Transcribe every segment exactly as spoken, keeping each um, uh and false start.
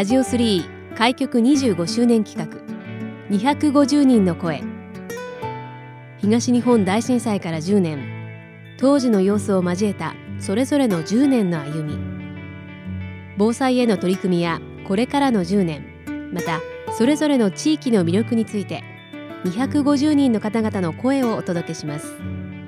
ラジオスリー開局にじゅうごしゅうねん企画にひゃくごじゅうにんの声。東日本大震災からじゅうねん、当時の様子を交えたそれぞれのじゅうねんの歩み、防災への取り組みやこれからのじゅうねん、またそれぞれの地域の魅力についてにひゃくごじゅうにんの方々の声をお届けします。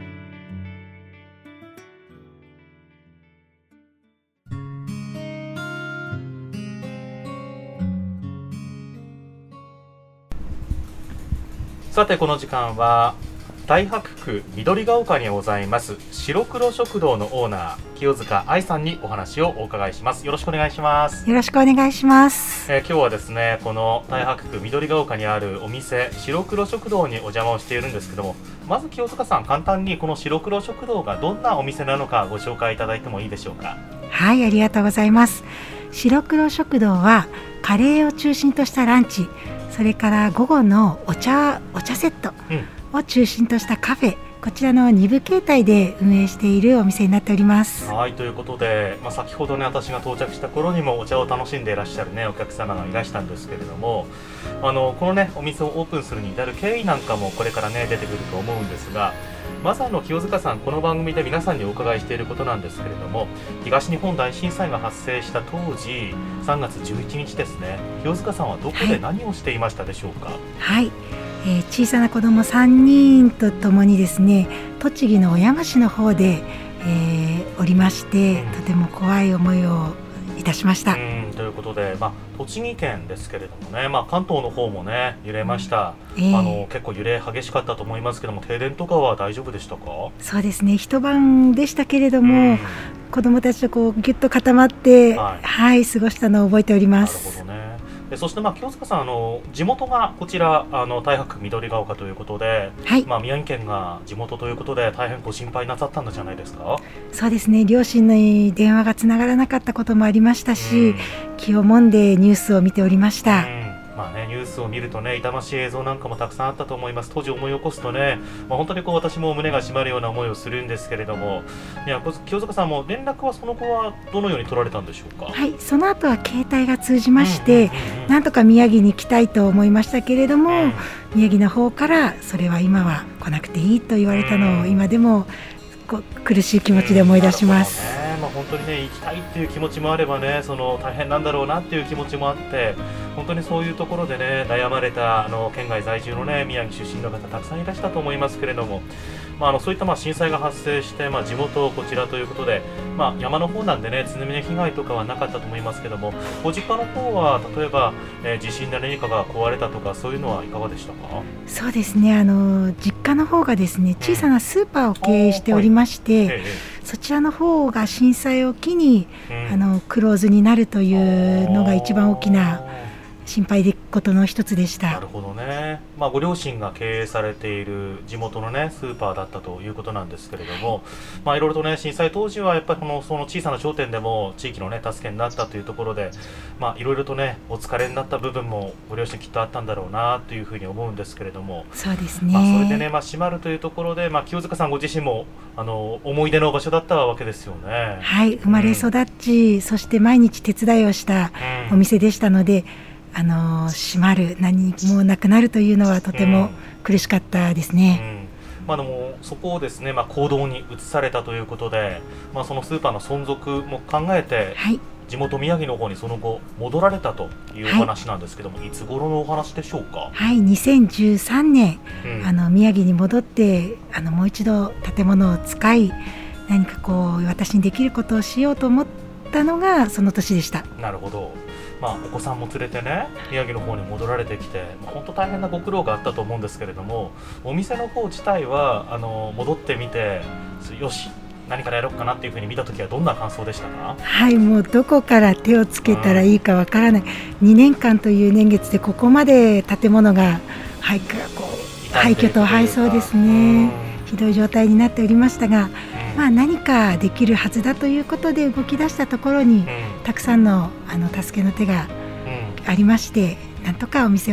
さてこの時間は大白区緑が丘にございます白黒食堂のオーナー清塚愛さんにお話をお伺いします。よろしくお願いします。 よろしくお願いします。 えー、今日はですねこの大白区緑が丘にあるお店白黒食堂にお邪魔をしているんですけども、まず清塚さん簡単にこの白黒食堂がどんなお店なのかご紹介いただいてもいいでしょうか。 はい、ありがとうございます。白黒食堂はカレーを中心としたランチ、それから午後のお茶、お茶セットを中心としたカフェ、うん、こちらのに部形態で運営しているお店になっております。 はい、ということで、まあ、先ほどね私が到着した頃にもお茶を楽しんでいらっしゃるねお客様がいらしたんですけれども、あのこのねお店をオープンするに至る経緯なんかもこれからね出てくると思うんですが、まずあの清塚さん、この番組で皆さんにお伺いしていることなんですけれども、東日本大震災が発生した当時さんがつじゅういちにちですね、清塚さんはどこで何をしていましたでしょうか。 はい、はいえー、小さな子どもさんにんとともにですね、栃木の小山市の方で、えー、おりまして、うん、とても怖い思いをいたしました。 うんということで、まあ、栃木県ですけれどもね、まあ、関東の方もね揺れました、えー、あの結構揺れ激しかったと思いますけども、停電とかは大丈夫でしたか。 そうですね、一晩でしたけれども、うん、子どもたちとこうギュッと固まって、はいはい、過ごしたのを覚えております。 なるほどね。でそしてまあ清塚さん、あの地元がこちらあの大白区緑が丘ということで、はいまあ、宮城県が地元ということで大変ご心配なさったんじゃないですか。 そうですね、両親に電話がつながらなかったこともありましたし、うん、気をもんでニュースを見ておりました。うんまあね、ニュースを見るとね痛ましい映像なんかもたくさんあったと思います。当時思い起こすとね、まあ、本当にこう私も胸が締まるような思いをするんですけれども、いや清塚さんも連絡はその後はどのように取られたんでしょうか。 はい、その後は携帯が通じまして、うんうんうんうん、なんとか宮城に来たいと思いましたけれども、うん、宮城の方からそれは今は来なくていいと言われたのを今でもこ苦しい気持ちで思い出します。 うんねまあ、本当にね行きたいっていう気持ちもあればね、その大変なんだろうなっていう気持ちもあって、本当にそういうところでね悩まれたあの県外在住のね宮城出身の方たくさんいらしたと思いますけれども、まあ、あのそういったまあ震災が発生して、まあ、地元こちらということで、まあ、山の方なんでね津波の被害とかはなかったと思いますけども、ご実家の方は例えば、えー、地震で何かが壊れたとかそういうのはいかがでしたか。 そうですね、あの実家の方がですね小さなスーパーを経営しておりまして、うんはいええそちらの方が震災を機に、うん、あのクローズになるというのが一番大きな心配でことの一つでした。 なるほどね、まあ、ご両親が経営されている地元のねスーパーだったということなんですけれども、まあ、いろいろとね震災当時はやっぱりこのその小さな商店でも地域のね助けになったというところで、まあ、いろいろとねお疲れになった部分もご両親きっとあったんだろうなというふうに思うんですけれども、 そうですね、 まあ、それでね、まあ、閉まるというところで、まあ、清塚さんご自身もあの思い出の場所だったわけですよね。 はい、生まれ育ち、うん、そして毎日手伝いをしたお店でしたので、うん、あの閉まる何もなくなるというのはとても苦しかったですね。うんうんまあ、でもそこをですね、まあ、行動に移されたということで、まあ、そのスーパーの存続も考えて、はい、地元宮城の方にその後戻られたというお話なんですけども、はい、いつ頃のお話でしょうか。 はい、にせんじゅうさんねん、うん、あの宮城に戻ってあのもう一度建物を使い何かこう私にできることをしようと思ったのがその年でした。 なるほど、まあ、お子さんも連れてね宮城の方に戻られてきて、まあ、本当大変なご苦労があったと思うんですけれども、お店の方自体はあの戻ってみてよし何からやろうかなっていうふうに見たときはどんな感想でしたか。 はい、もうどこから手をつけたらいいかわからない、うん、にねんかんという年月でここまで建物が廃墟、こう廃墟とはいそうですね、うん、ひどい状態になっておりましたが、うんまあ、何かできるはずだということで動き出したところに、うん、たくさんの、あの助けの手がありまして、なんとかお店を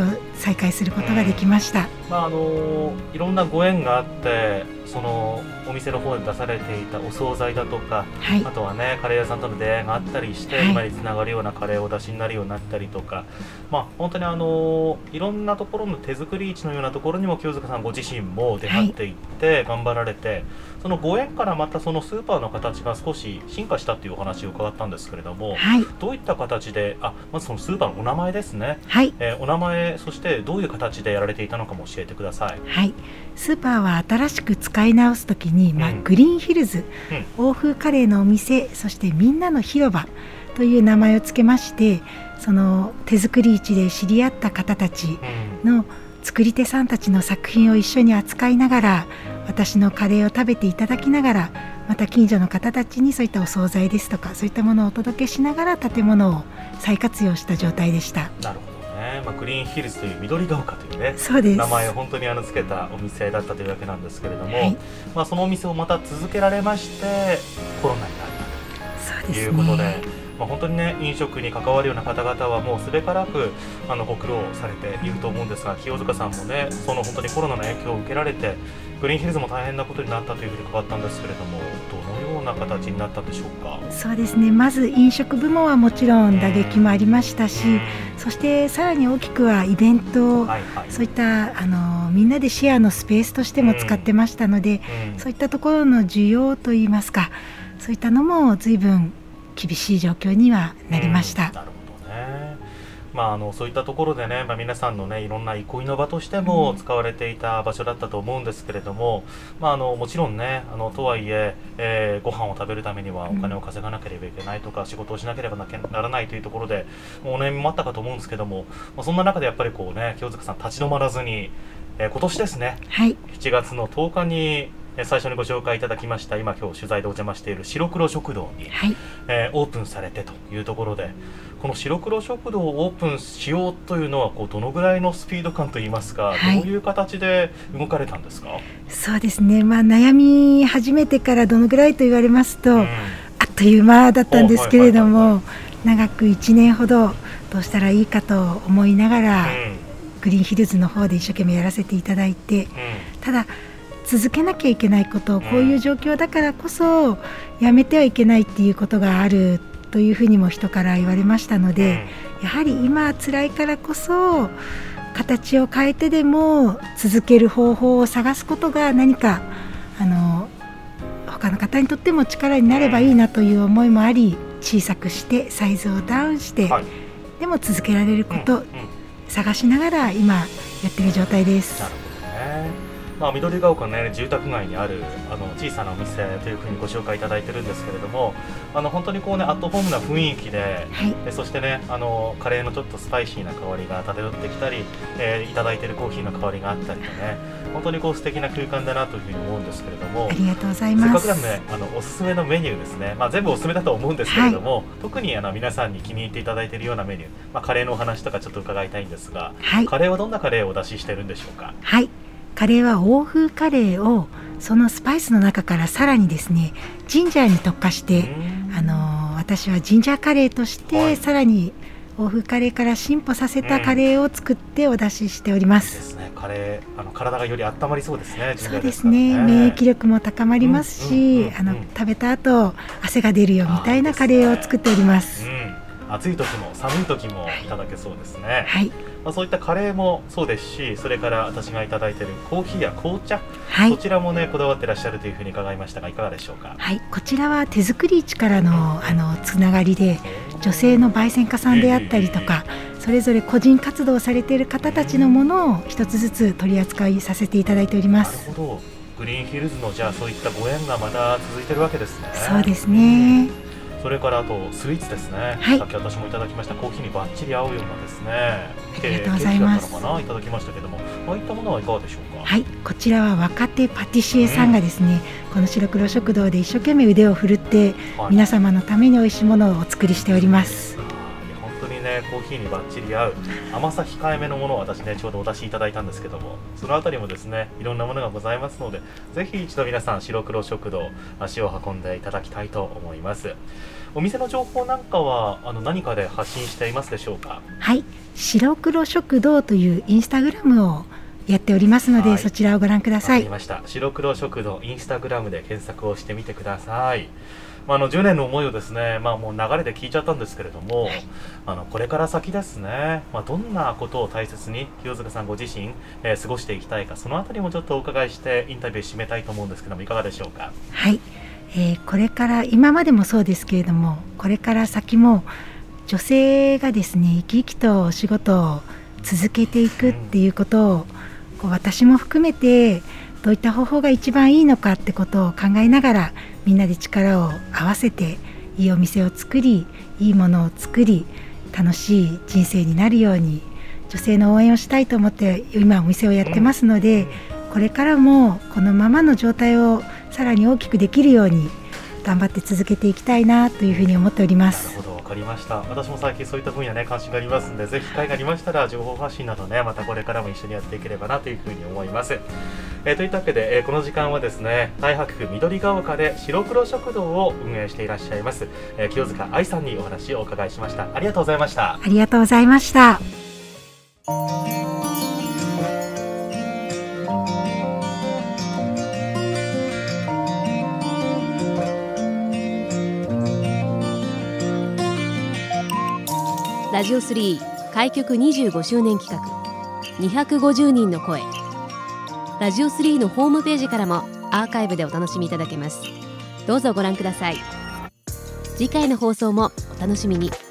再開することができました。 まああのいろんなご縁があって、そのお店の方で出されていたお惣菜だとか、 はい、 あとはねカレー屋さんとの出会いがあったりして、はい、今につながるようなカレーをお出しになるようになったりとか、まあ、本当にあのいろんなところの手作り市のようなところにも清塚さんご自身も出会っていって頑張られて、はい、そのご縁からまたそのスーパーの形が少し進化したというお話を伺ったんですけれども、はい、どういった形で、あまずそのスーパーのお名前ですね、はい、えー、お名前、そしてどういう形でやられていたのかも教えてください。 はい、スーパーは新しく使い直すときに、まあ、グリーンヒルズ、うん、欧風カレーのお店、そしてみんなの広場という名前をつけまして、その手作り市で知り合った方たちの作り手さんたちの作品を一緒に扱いながら、私のカレーを食べていただきながら、また近所の方たちにそういったお惣菜ですとかそういったものをお届けしながら建物を再活用した状態でした。 なるほどね、まあ、グリーンヒルズという緑が丘というね、 そうです、 名前を本当にあのつけたお店だったというわけなんですけれども、はい、まあ、そのお店をまた続けられましてコロナになったということで、まあ、本当にね飲食に関わるような方々はもうすべからくあのご苦労されていると思うんですが、清塚さんもねその本当にコロナの影響を受けられてグリーンヒルズも大変なことになったというふうに伺ったんですけれども、どのような形になったでしょうか。 そうですね、まず飲食部門はもちろん打撃もありましたし、うん、そしてさらに大きくはイベント、はいはい、そういったあのみんなでシェアのスペースとしても使ってましたので、うんうん、そういったところの需要といいますか、そういったのも随分厳しい状況にはなりました。 うん、なるほどね。まあ、あのそういったところでね、まあ、皆さんのねいろんな憩いの場としても使われていた場所だったと思うんですけれども、まあ、あのもちろんねあのとはいええー、ご飯を食べるためにはお金を稼がなければいけないとか、うん、仕事をしなければならないというところでお悩みもあったかと思うんですけども、まあ、そんな中でやっぱりこうね清塚さん立ち止まらずに、えー、今年ですね、はい、しちがつのとおかに最初にご紹介いただきました今今日取材でお邪魔している白黒食堂に、はい、えー、オープンされてというところで、この白黒食堂をオープンしようというのはこうどのぐらいのスピード感といいますか、はい、どういう形で動かれたんですか。 そうですね、まあ、悩み始めてからどのぐらいと言われますと、うん、あっという間だったんですけれども、はいはいはいはい、長くいちねんほどどうしたらいいかと思いながら、うん、グリーンヒルズの方で一生懸命やらせていただいて、うん、ただ続けなきゃいけないこと、こういう状況だからこそやめてはいけないっていうことがあるというふうにも人から言われましたので、やはり今辛いからこそ形を変えてでも続ける方法を探すことが何かあの他の方にとっても力になればいいなという思いもあり、小さくしてサイズをダウンして、はい、でも続けられることを探しながら今やっている状態です。 なるほどね。まあ、緑が丘の、ね、住宅街にあるあの小さなお店というふうにご紹介いただいてるんですけれども、あの本当にこう、ね、アットホームな雰囲気で、はい、でそしてねあのカレーのちょっとスパイシーな香りが漂ってきたり、えー、いただいているコーヒーの香りがあったりとね、本当にこう素敵な空間だなというふうに思うんですけれども、 ありがとうございます。 せっかくなので、ね、あのおすすめのメニューですね、まあ、全部おすすめだと思うんですけれども、はい、特にあの皆さんに気に入っていただいているようなメニュー、まあ、カレーのお話とかちょっと伺いたいんですが、はい、カレーはどんなカレーをお出ししてるんでしょうか。 はい、カレーは欧風カレーをそのスパイスの中からさらにですねジンジャーに特化して、あの私はジンジャーカレーとして、はい、さらに欧風カレーから進歩させたカレーを作ってお出ししております。 ですね、カレーあの体がより温まりそうですね。 そうですね、免疫力も高まりますし、あの食べた後汗が出るよみたいなカレーを作っております。 うん、暑い時も寒い時もいただけそうですね。 はい、 まあ、そういったカレーもそうですし、それから私がいただいているコーヒーや紅茶、はい、そちらもねこだわってらっしゃるというふうに伺いましたがいかがでしょうか。 はい、こちらは手作り市からの、あのつながりで女性の焙煎家さんであったりとか、それぞれ個人活動されている方たちのものを一つずつ取り扱いさせていただいております。 なるほど、グリーンヒルズのじゃあそういったご縁がまだ続いているわけですね。 そうですね。 それからあとスイーツですね、はい、さっき私もいただきましたコーヒーにバッチリ合うようなですね、 ありがとうございます。 ケーキだったのかないただきましたけども、ああいったものはいかがでしょうか。 はい、こちらは若手パティシエさんがですね、うん、この白黒食堂で一生懸命腕を振るって、はい、皆様のために美味しいものをお作りしております。 本当にねねコーヒーにバッチリ合う甘さ控えめのものを私ねちょうどお出しいただいたんですけども、そのあたりもですねいろんなものがございますので、ぜひ一度皆さん白黒食堂足を運んでいただきたいと思います。お店の情報なんかはあの何かで発信していますでしょうか？ はい、白黒食堂というインスタグラムをやっておりますので、はい、そちらをご覧ください。 わかりました。白黒食堂インスタグラムで検索をしてみてください。まあ、あのじゅうねんの思いをですね、まあ、もう流れで聞いちゃったんですけれども、はい、あのこれから先ですね、まあ、どんなことを大切に清塚さんご自身、えー、過ごしていきたいか、そのあたりもちょっとお伺いしてインタビュー締めたいと思うんですけども、いかがでしょうか？ はい、えー、これから今までもそうですけれども、これから先も女性がですね生き生きとお仕事を続けていくっていうことを、うん、こう私も含めてどういった方法が一番いいのかってことを考えながら、みんなで力を合わせていいお店を作り、いいものを作り、楽しい人生になるように女性の応援をしたいと思って今お店をやってますので、これからもこのままの状態をさらに大きくできるように頑張って続けていきたいなというふうに思っております。 なるほど、わかりました。私も最近そういった分野ね関心がありますので、ぜひ機会がありましたら情報発信などねまたこれからも一緒にやっていければなというふうに思います。えー、といったわけで、えー、この時間はですね太白区緑ヶ丘で白黒食堂を運営していらっしゃいます、えー、清塚愛さんにお話をお伺いしました。ありがとうございました。 ありがとうございました。 ラジオスリー開局にじゅうごしゅうねん企画にひゃくごじゅうにんの声。ラジオスリーのホームページからもアーカイブでお楽しみいただけます。どうぞご覧ください。次回の放送もお楽しみに。